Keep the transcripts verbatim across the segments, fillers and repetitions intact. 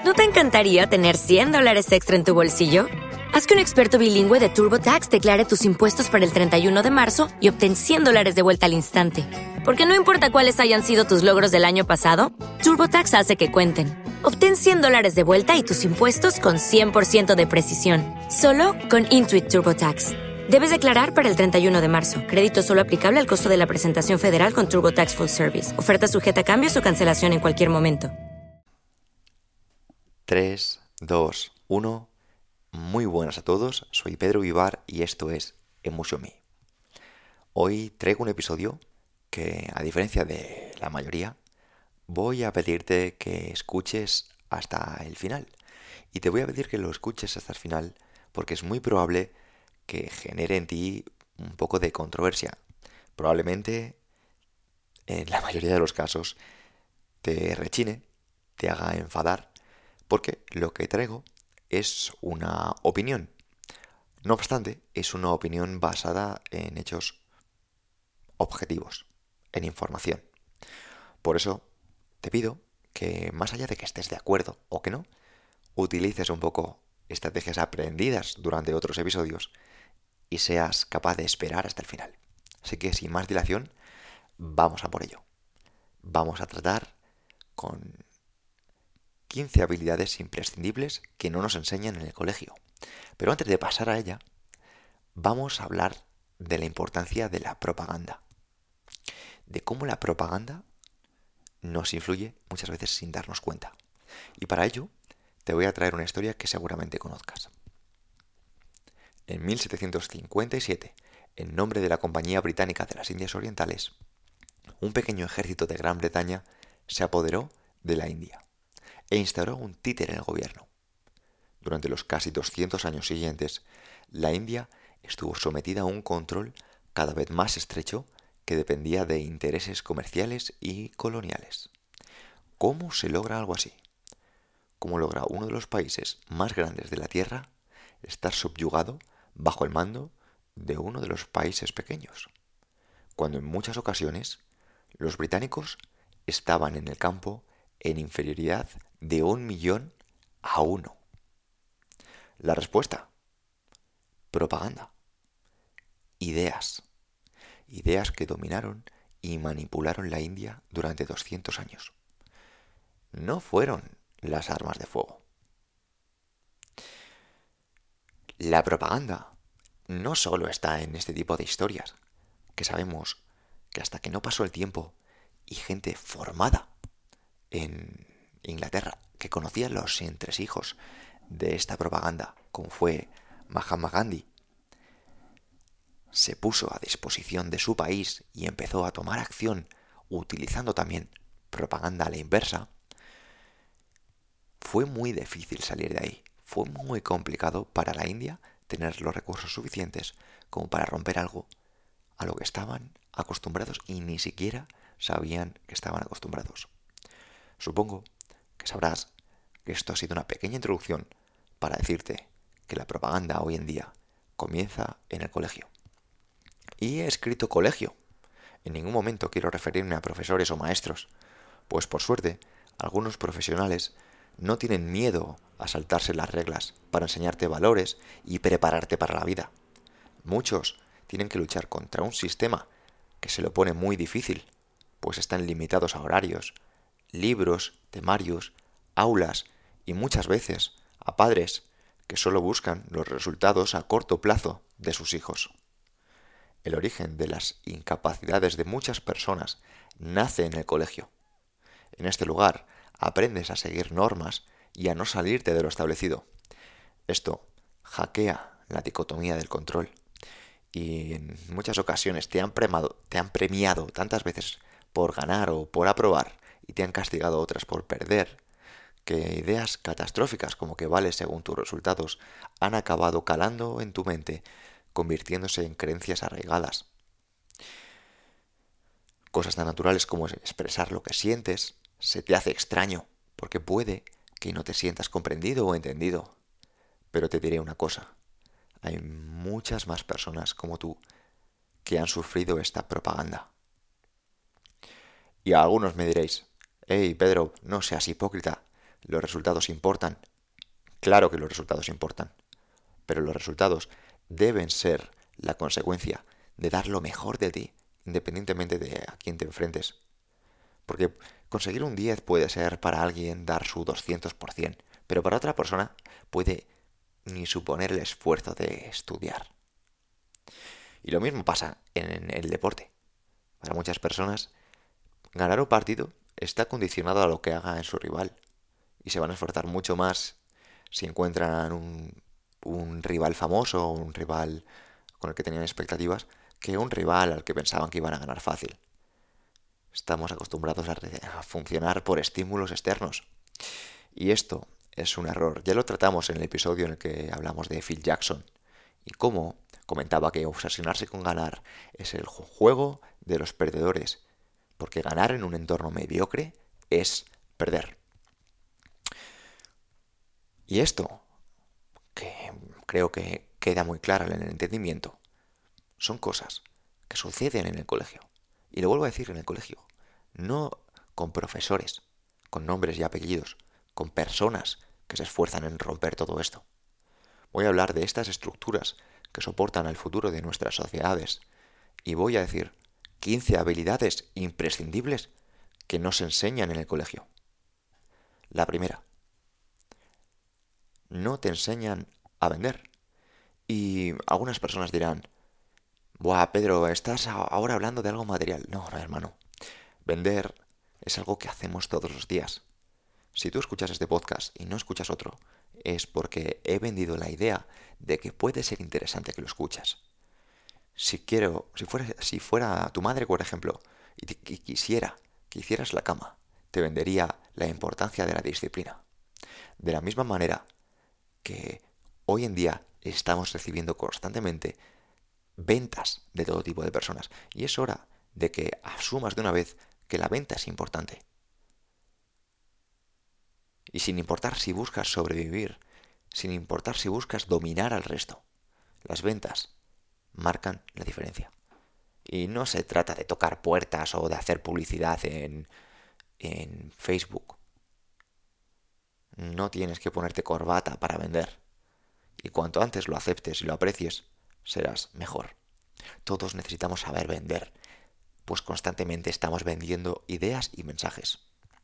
¿No te encantaría tener cien dólares extra en tu bolsillo? Haz que un experto bilingüe de TurboTax declare tus impuestos para el treinta y uno de marzo y obtén cien dólares de vuelta al instante. Porque no importa cuáles hayan sido tus logros del año pasado, TurboTax hace que cuenten. Obtén cien dólares de vuelta y tus impuestos con cien por ciento de precisión. Solo con Intuit TurboTax. Debes declarar para el treinta y uno de marzo. Crédito solo aplicable al costo de la presentación federal con TurboTax Full Service. Oferta sujeta a cambios o cancelación en cualquier momento. tres, dos, uno. Muy buenas a todos, soy Pedro Vivar y esto es Emotion Me. Hoy traigo un episodio que, a diferencia de la mayoría, voy a pedirte que escuches hasta el final. Y te voy a pedir que lo escuches hasta el final porque es muy probable que genere en ti un poco de controversia. Probablemente, en la mayoría de los casos, te rechine, te haga enfadar, porque lo que traigo es una opinión. No obstante, es una opinión basada en hechos objetivos, en información. Por eso te pido que, más allá de que estés de acuerdo o que no, utilices un poco estrategias aprendidas durante otros episodios y seas capaz de esperar hasta el final. Así que, sin más dilación, vamos a por ello. Vamos a tratar con quince habilidades imprescindibles que no nos enseñan en el colegio. Pero antes de pasar a ella, vamos a hablar de la importancia de la propaganda. De cómo la propaganda nos influye muchas veces sin darnos cuenta. Y para ello, te voy a traer una historia que seguramente conozcas. En mil setecientos cincuenta y siete, en nombre de la Compañía Británica de las Indias Orientales, un pequeño ejército de Gran Bretaña se apoderó de la India e instauró un títere en el gobierno. Durante los casi doscientos años siguientes, la India estuvo sometida a un control cada vez más estrecho que dependía de intereses comerciales y coloniales. ¿Cómo se logra algo así? ¿Cómo logra uno de los países más grandes de la Tierra estar subyugado bajo el mando de uno de los países pequeños? Cuando en muchas ocasiones los británicos estaban en el campo en inferioridad de un millón a uno. La respuesta: propaganda. Ideas. Ideas que dominaron y manipularon la India durante doscientos años. No fueron las armas de fuego. La propaganda no solo está en este tipo de historias, que sabemos que hasta que no pasó el tiempo y gente formada en Inglaterra que conocía los entresijos de esta propaganda, como fue Mahatma Gandhi, se puso a disposición de su país y empezó a tomar acción utilizando también propaganda a la inversa, fue muy difícil salir de ahí. Fue muy complicado para la India tener los recursos suficientes como para romper algo a lo que estaban acostumbrados y ni siquiera sabían que estaban acostumbrados. Supongo que sabrás que esto ha sido una pequeña introducción para decirte que la propaganda hoy en día comienza en el colegio. Y he escrito colegio. En ningún momento quiero referirme a profesores o maestros, pues por suerte algunos profesionales no tienen miedo a saltarse las reglas para enseñarte valores y prepararte para la vida. Muchos tienen que luchar contra un sistema que se lo pone muy difícil, pues están limitados a horarios, libros, temarios, aulas y muchas veces a padres que solo buscan los resultados a corto plazo de sus hijos. El origen de las incapacidades de muchas personas nace en el colegio. En este lugar aprendes a seguir normas y a no salirte de lo establecido. Esto hackea la dicotomía del control y en muchas ocasiones te han premiado, te han premiado tantas veces por ganar o por aprobar y te han castigado otras por perder, que ideas catastróficas como que vales según tus resultados han acabado calando en tu mente, convirtiéndose en creencias arraigadas. Cosas tan naturales como expresar lo que sientes se te hace extraño, porque puede que no te sientas comprendido o entendido. Pero te diré una cosa, hay muchas más personas como tú que han sufrido esta propaganda. Y a algunos me diréis, hey Pedro, no seas hipócrita, ¿Los resultados importan? Claro que los resultados importan, pero los resultados deben ser la consecuencia de dar lo mejor de ti, independientemente de a quién te enfrentes. Porque conseguir un diez puede ser para alguien dar su doscientos por ciento, pero para otra persona puede ni suponer el esfuerzo de estudiar. Y lo mismo pasa en el deporte. Para muchas personas, ganar un partido está condicionado a lo que haga en su rival. Y se van a esforzar mucho más si encuentran un, un rival famoso o un rival con el que tenían expectativas que un rival al que pensaban que iban a ganar fácil. Estamos acostumbrados a, a funcionar por estímulos externos. Y esto es un error. Ya lo tratamos en el episodio en el que hablamos de Phil Jackson y cómo comentaba que obsesionarse con ganar es el juego de los perdedores, porque ganar en un entorno mediocre es perder. Y esto, que creo que queda muy claro en el entendimiento, son cosas que suceden en el colegio. Y lo vuelvo a decir, en el colegio. No con profesores, con nombres y apellidos, con personas que se esfuerzan en romper todo esto. Voy a hablar de estas estructuras que soportan al futuro de nuestras sociedades. Y voy a decir quince habilidades imprescindibles que no se enseñan en el colegio. La primera. No te enseñan a vender. Y algunas personas dirán, buah, Pedro, estás ahora hablando de algo material. No, no, hermano. Vender es algo que hacemos todos los días. Si tú escuchas este podcast y no escuchas otro, es porque he vendido la idea de que puede ser interesante que lo escuchas. Si quiero, si fuera, si fuera tu madre, por ejemplo, y, te, y quisiera que hicieras la cama, te vendería la importancia de la disciplina. De la misma manera que hoy en día estamos recibiendo constantemente ventas de todo tipo de personas. Y es hora de que asumas de una vez que la venta es importante. Y sin importar si buscas sobrevivir, sin importar si buscas dominar al resto, las ventas marcan la diferencia. Y no se trata de tocar puertas o de hacer publicidad en, en Facebook. No tienes que ponerte corbata para vender. Y cuanto antes lo aceptes y lo aprecies, serás mejor. Todos necesitamos saber vender, pues constantemente estamos vendiendo ideas y mensajes.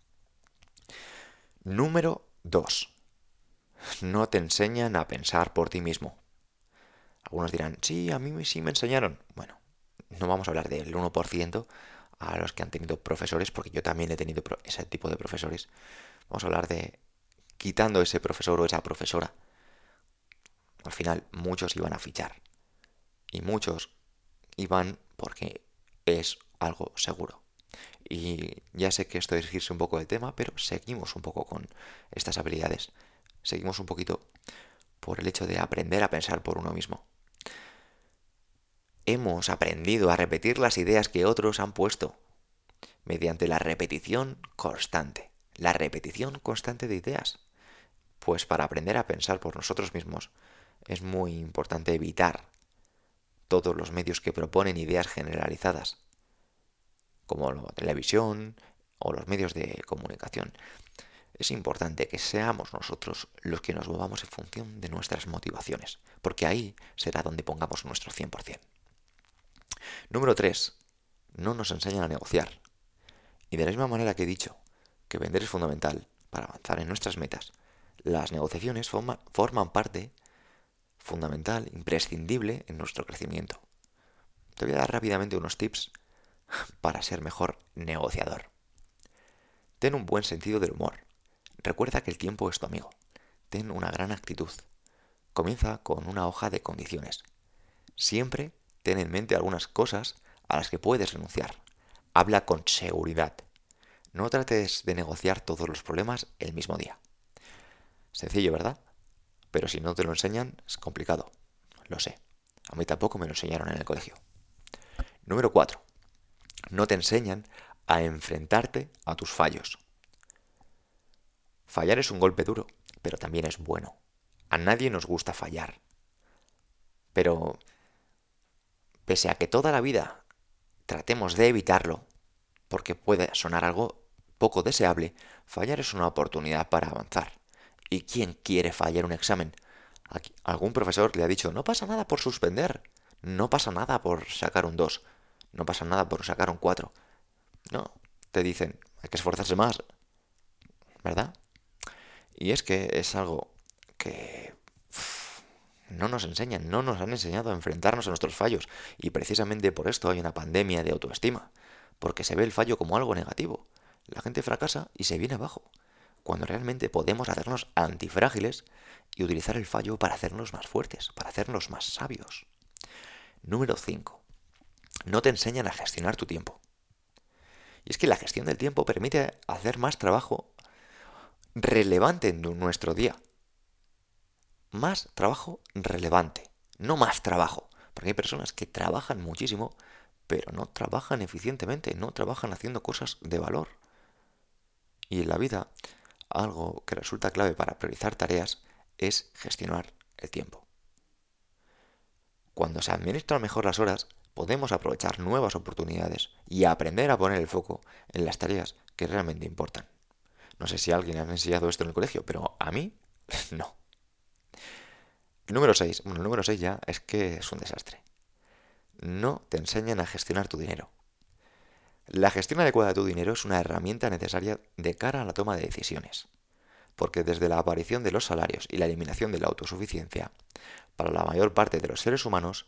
Número dos. No te enseñan a pensar por ti mismo. Algunos dirán, sí, a mí sí me enseñaron. Bueno, no vamos a hablar del uno por ciento a los que han tenido profesores, porque yo también he tenido ese tipo de profesores. Vamos a hablar de quitando ese profesor o esa profesora. Al final, muchos iban a fichar. Y muchos iban porque es algo seguro. Y ya sé que esto es irse un poco del tema, pero seguimos un poco con estas habilidades. Seguimos un poquito por el hecho de aprender a pensar por uno mismo. Hemos aprendido a repetir las ideas que otros han puesto mediante la repetición constante. La repetición constante de ideas. Pues para aprender a pensar por nosotros mismos es muy importante evitar todos los medios que proponen ideas generalizadas, como la televisión o los medios de comunicación. Es importante que seamos nosotros los que nos movamos en función de nuestras motivaciones, porque ahí será donde pongamos nuestro cien por ciento. Número tres. No nos enseñan a negociar. Y de la misma manera que he dicho que vender es fundamental para avanzar en nuestras metas, las negociaciones forma, forman parte fundamental, imprescindible en nuestro crecimiento. Te voy a dar rápidamente unos tips para ser mejor negociador. Ten un buen sentido del humor. Recuerda que el tiempo es tu amigo. Ten una gran actitud. Comienza con una hoja de condiciones. Siempre ten en mente algunas cosas a las que puedes renunciar. Habla con seguridad. No trates de negociar todos los problemas el mismo día. Sencillo, ¿verdad? Pero si no te lo enseñan, es complicado. Lo sé. A mí tampoco me lo enseñaron en el colegio. Número cuatro. No te enseñan a enfrentarte a tus fallos. Fallar es un golpe duro, pero también es bueno. A nadie nos gusta fallar. Pero, pese a que toda la vida tratemos de evitarlo, porque puede sonar algo poco deseable, fallar es una oportunidad para avanzar. ¿Y quién quiere fallar un examen? Aquí, algún profesor le ha dicho, no pasa nada por suspender, no pasa nada por sacar un dos, no pasa nada por sacar un cuatro. No, te dicen, hay que esforzarse más, ¿verdad? Y es que es algo que uf, no nos enseñan, no nos han enseñado a enfrentarnos a nuestros fallos. Y precisamente por esto hay una pandemia de autoestima, porque se ve el fallo como algo negativo. La gente fracasa y se viene abajo, cuando realmente podemos hacernos antifrágiles y utilizar el fallo para hacernos más fuertes, para hacernos más sabios. Número cinco. No te enseñan a gestionar tu tiempo. Y es que la gestión del tiempo permite hacer más trabajo relevante en nuestro día. Más trabajo relevante, no más trabajo. Porque hay personas que trabajan muchísimo, pero no trabajan eficientemente, no trabajan haciendo cosas de valor. Y en la vida, algo que resulta clave para priorizar tareas es gestionar el tiempo. Cuando se administran mejor las horas, podemos aprovechar nuevas oportunidades y aprender a poner el foco en las tareas que realmente importan. No sé si a alguien ha enseñado esto en el colegio, pero a mí no. El número seis. Bueno, el número seis ya es que es un desastre. No te enseñan a gestionar tu dinero. La gestión adecuada de tu dinero es una herramienta necesaria de cara a la toma de decisiones. Porque desde la aparición de los salarios y la eliminación de la autosuficiencia, para la mayor parte de los seres humanos,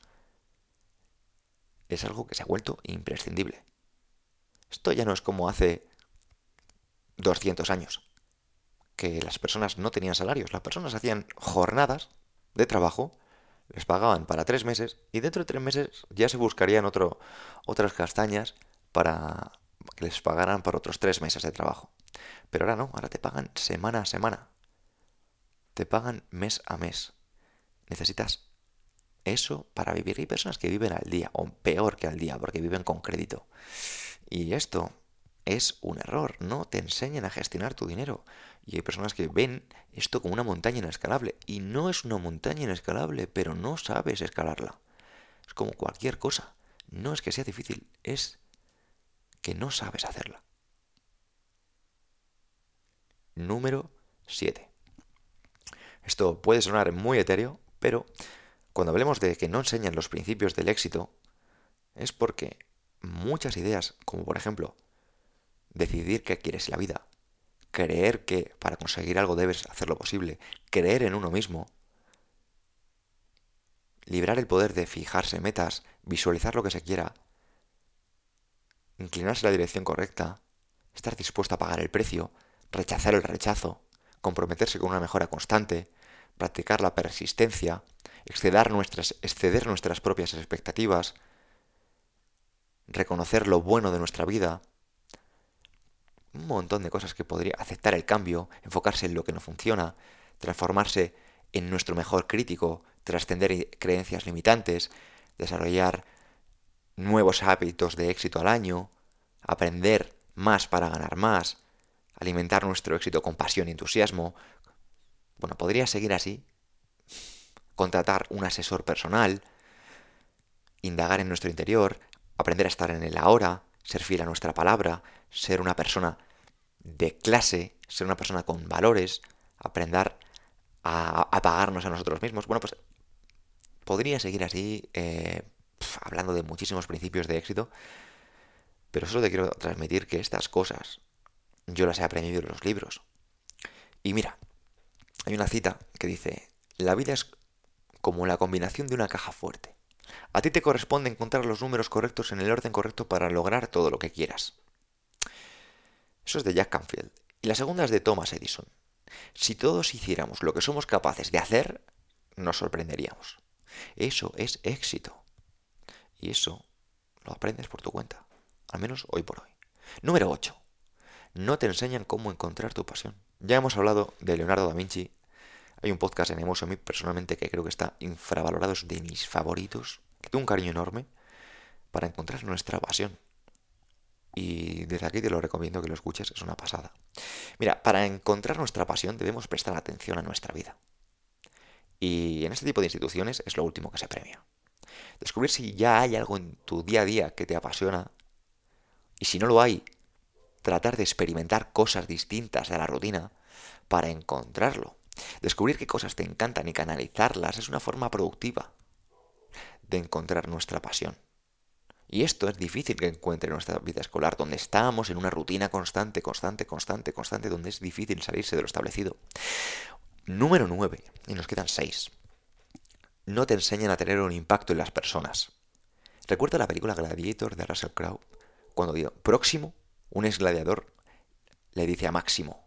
es algo que se ha vuelto imprescindible. Esto ya no es como hace doscientos años, que las personas no tenían salarios. Las personas hacían jornadas de trabajo, les pagaban para tres meses y dentro de tres meses ya se buscarían otro, otras castañas para que les pagaran por otros tres meses de trabajo. Pero ahora no, ahora te pagan semana a semana. Te pagan mes a mes. Necesitas eso para vivir. Hay personas que viven al día, o peor que al día, porque viven con crédito. Y esto es un error. No te enseñan a gestionar tu dinero. Y hay personas que ven esto como una montaña inescalable. Y no es una montaña inescalable, pero no sabes escalarla. Es como cualquier cosa. No es que sea difícil, es que no sabes hacerla. Número siete. Esto puede sonar muy etéreo, pero cuando hablemos de que no enseñan los principios del éxito, es porque muchas ideas, como por ejemplo, decidir qué quieres en la vida, creer que para conseguir algo debes hacer lo posible, creer en uno mismo, liberar el poder de fijarse metas, visualizar lo que se quiera, inclinarse en la dirección correcta, estar dispuesto a pagar el precio, rechazar el rechazo, comprometerse con una mejora constante, practicar la persistencia, exceder nuestras, exceder nuestras propias expectativas, reconocer lo bueno de nuestra vida, un montón de cosas que podría aceptar el cambio, enfocarse en lo que no funciona, transformarse en nuestro mejor crítico, trascender creencias limitantes, desarrollar nuevos hábitos de éxito al año, aprender más para ganar más, alimentar nuestro éxito con pasión y entusiasmo. Bueno, podría seguir así. Contratar un asesor personal, indagar en nuestro interior, aprender a estar en el ahora, ser fiel a nuestra palabra, ser una persona de clase, ser una persona con valores, aprender a, a pagarnos a nosotros mismos. Bueno, pues podría seguir así, eh, pf, hablando de muchísimos principios de éxito, pero solo te quiero transmitir que estas cosas yo las he aprendido en los libros. Y mira, hay una cita que dice, la vida es como la combinación de una caja fuerte. A ti te corresponde encontrar los números correctos en el orden correcto para lograr todo lo que quieras. Eso es de Jack Canfield. Y la segunda es de Thomas Edison. Si todos hiciéramos lo que somos capaces de hacer, nos sorprenderíamos. Eso es éxito. Y eso lo aprendes por tu cuenta. Al menos hoy por hoy. Número ocho. No te enseñan cómo encontrar tu pasión. Ya hemos hablado de Leonardo da Vinci. Hay un podcast en Emotion Me personalmente que creo que está infravalorado, es de mis favoritos. Le tengo un cariño enorme para encontrar nuestra pasión. Y desde aquí te lo recomiendo que lo escuches, es una pasada. Mira, para encontrar nuestra pasión debemos prestar atención a nuestra vida. Y en este tipo de instituciones es lo último que se premia. Descubrir si ya hay algo en tu día a día que te apasiona. Y si no lo hay, tratar de experimentar cosas distintas de la rutina para encontrarlo. Descubrir qué cosas te encantan y canalizarlas es una forma productiva de encontrar nuestra pasión. Y esto es difícil que encuentre en nuestra vida escolar, donde estamos en una rutina constante, constante, constante, constante, donde es difícil salirse de lo establecido. Número nueve, y nos quedan seis. No te enseñan a tener un impacto en las personas. ¿Recuerda la película Gladiator de Russell Crowe? Cuando digo Próximo, un ex gladiador le dice a Máximo: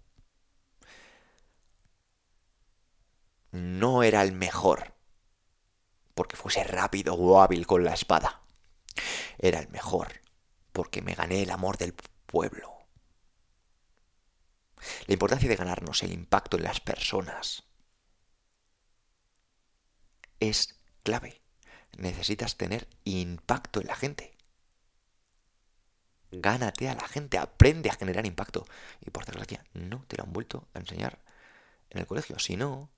no era el mejor porque fuese rápido o hábil con la espada. Era el mejor porque me gané el amor del pueblo. La importancia de ganarnos el impacto en las personas es clave. Necesitas tener impacto en la gente. Gánate a la gente, aprende a generar impacto. Y por desgracia, no te lo han vuelto a enseñar en el colegio. Si no,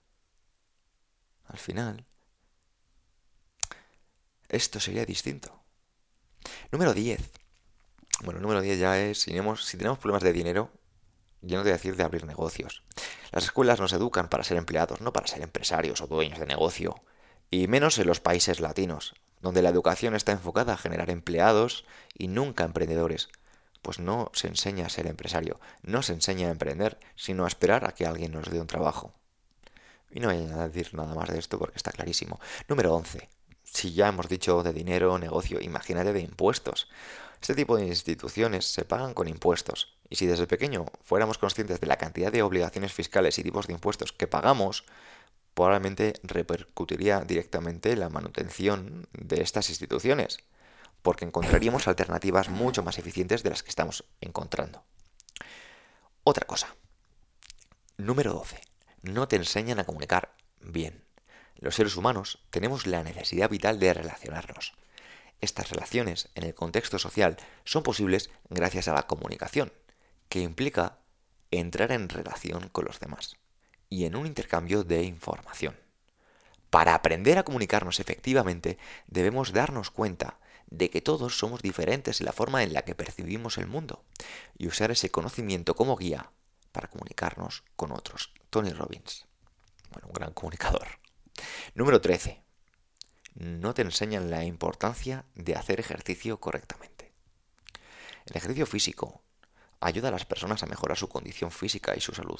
al final, esto sería distinto. Número diez. Bueno, el número diez ya es, si tenemos, si tenemos problemas de dinero, yo no te voy a decir de abrir negocios. Las escuelas nos educan para ser empleados, no para ser empresarios o dueños de negocio. Y menos en los países latinos, donde la educación está enfocada a generar empleados y nunca emprendedores. Pues no se enseña a ser empresario, no se enseña a emprender, sino a esperar a que alguien nos dé un trabajo. Y no voy a decir nada más de esto porque está clarísimo. Número once. Si ya hemos dicho de dinero, negocio, imagínate de impuestos. Este tipo de instituciones se pagan con impuestos. Y si desde pequeño fuéramos conscientes de la cantidad de obligaciones fiscales y tipos de impuestos que pagamos, probablemente repercutiría directamente en la manutención de estas instituciones, porque encontraríamos alternativas mucho más eficientes de las que estamos encontrando. Otra cosa. Número doce. No te enseñan a comunicar bien. Los seres humanos tenemos la necesidad vital de relacionarnos. Estas relaciones en el contexto social son posibles gracias a la comunicación, que implica entrar en relación con los demás y en un intercambio de información. Para aprender a comunicarnos efectivamente, debemos darnos cuenta de que todos somos diferentes en la forma en la que percibimos el mundo y usar ese conocimiento como guía para comunicarnos con otros. Tony Robbins, bueno, un gran comunicador. Número trece. No te enseñan la importancia de hacer ejercicio correctamente. El ejercicio físico ayuda a las personas a mejorar su condición física y su salud,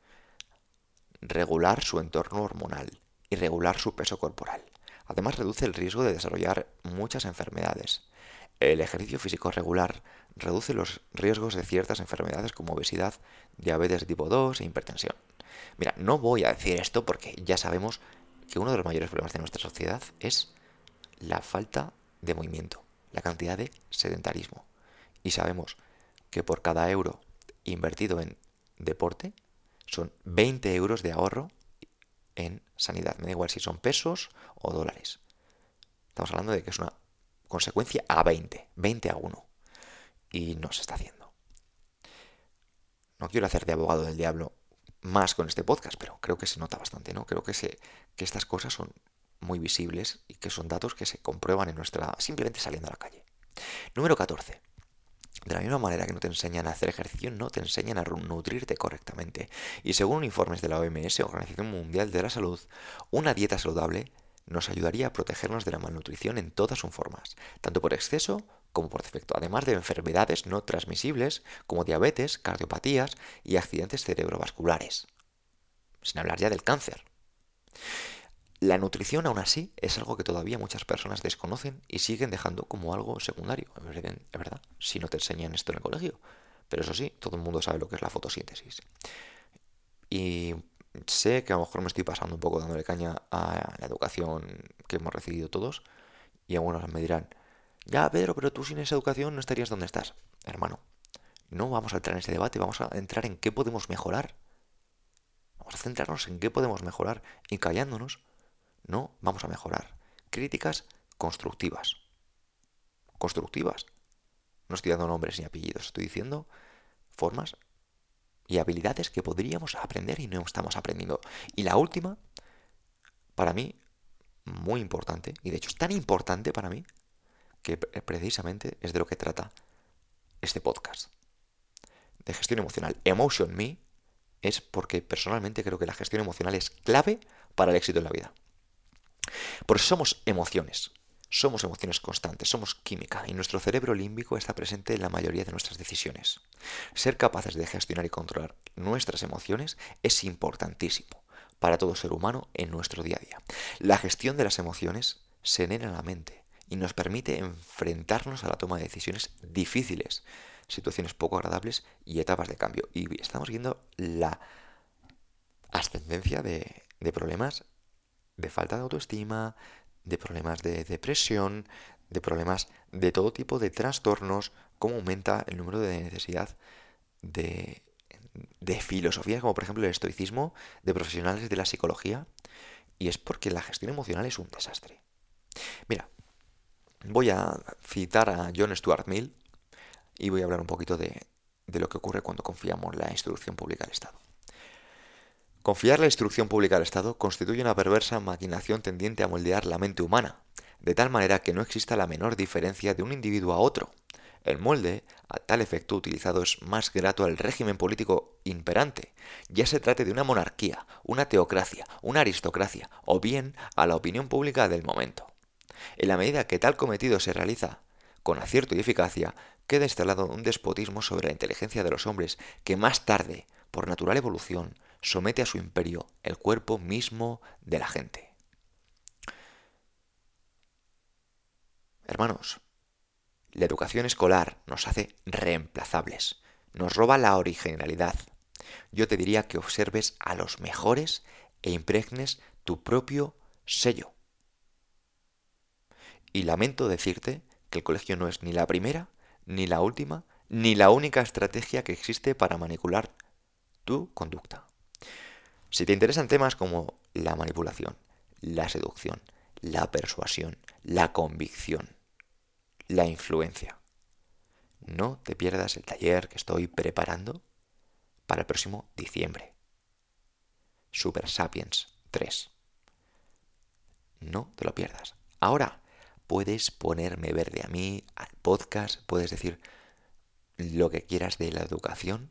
regular su entorno hormonal y regular su peso corporal. Además, reduce el riesgo de desarrollar muchas enfermedades. El ejercicio físico regular reduce los riesgos de ciertas enfermedades como obesidad, diabetes tipo dos e hipertensión. Mira, no voy a decir esto porque ya sabemos que uno de los mayores problemas de nuestra sociedad es la falta de movimiento, la cantidad de sedentarismo. Y sabemos que por cada euro invertido en deporte son veinte euros de ahorro en sanidad. Me da igual si son pesos o dólares. Estamos hablando de que es una consecuencia a veinte, veinte a uno. Y no se está haciendo. No quiero hacer de abogado del diablo más con este podcast, pero creo que se nota bastante, ¿no? Creo que, se, que estas cosas son muy visibles y que son datos que se comprueban en nuestra... simplemente saliendo a la calle. Número catorce. De la misma manera que no te enseñan a hacer ejercicio, no te enseñan a nutrirte correctamente. Y según informes de la O M S, Organización Mundial de la Salud, una dieta saludable nos ayudaría a protegernos de la malnutrición en todas sus formas, tanto por exceso como por defecto, además de enfermedades no transmisibles como diabetes, cardiopatías y accidentes cerebrovasculares. Sin hablar ya del cáncer. La nutrición, aún así, es algo que todavía muchas personas desconocen y siguen dejando como algo secundario. Es verdad, si no te enseñan esto en el colegio. Pero eso sí, todo el mundo sabe lo que es la fotosíntesis. Y sé que a lo mejor me estoy pasando un poco dándole caña a la educación que hemos recibido todos. Y algunos me dirán, ya Pedro, pero tú sin esa educación no estarías donde estás. Hermano, no vamos a entrar en ese debate, vamos a entrar en qué podemos mejorar. Vamos a centrarnos en qué podemos mejorar y callándonos. No vamos a mejorar. Críticas constructivas. Constructivas. No estoy dando nombres ni apellidos. Estoy diciendo formas y habilidades que podríamos aprender y no estamos aprendiendo. Y la última, para mí, muy importante, y de hecho es tan importante para mí, que precisamente es de lo que trata este podcast. de gestión emocional, Emotion Me, es porque personalmente creo que la gestión emocional es clave para el éxito en la vida. Porque somos emociones, somos emociones constantes, somos química y nuestro cerebro límbico está presente en la mayoría de nuestras decisiones. Ser capaces de gestionar y controlar nuestras emociones es importantísimo para todo ser humano en nuestro día a día. La gestión de las emociones se llena la mente y nos permite enfrentarnos a la toma de decisiones difíciles, situaciones poco agradables y etapas de cambio. Y estamos viendo la ascendencia de, de problemas de falta de autoestima, de problemas de depresión, de problemas de todo tipo de trastornos, cómo aumenta el número de necesidad de, de filosofías, como por ejemplo el estoicismo, de profesionales de la psicología, y es porque la gestión emocional es un desastre. Mira, voy a citar a John Stuart Mill y voy a hablar un poquito de, de lo que ocurre cuando confiamos la instrucción pública al Estado. Confiar la instrucción pública al Estado constituye una perversa maquinación tendiente a moldear la mente humana, de tal manera que no exista la menor diferencia de un individuo a otro. El molde, a tal efecto utilizado, es más grato al régimen político imperante, ya se trate de una monarquía, una teocracia, una aristocracia, o bien a la opinión pública del momento. En la medida que tal cometido se realiza con acierto y eficacia, queda instalado un despotismo sobre la inteligencia de los hombres que más tarde, por natural evolución, somete a su imperio el cuerpo mismo de la gente. Hermanos, la educación escolar nos hace reemplazables, nos roba la originalidad. Yo te diría que observes a los mejores e impregnes tu propio sello. Y lamento decirte que el colegio no es ni la primera, ni la última, ni la única estrategia que existe para manipular tu conducta. Si te interesan temas como la manipulación, la seducción, la persuasión, la convicción, la influencia, no te pierdas el taller que estoy preparando para el próximo diciembre. Super Sapiens tres. No te lo pierdas. Ahora puedes ponerme verde a mí, al podcast, puedes decir lo que quieras de la educación.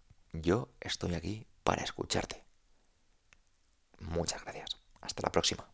Yo estoy aquí para escucharte. Muchas gracias. Hasta la próxima.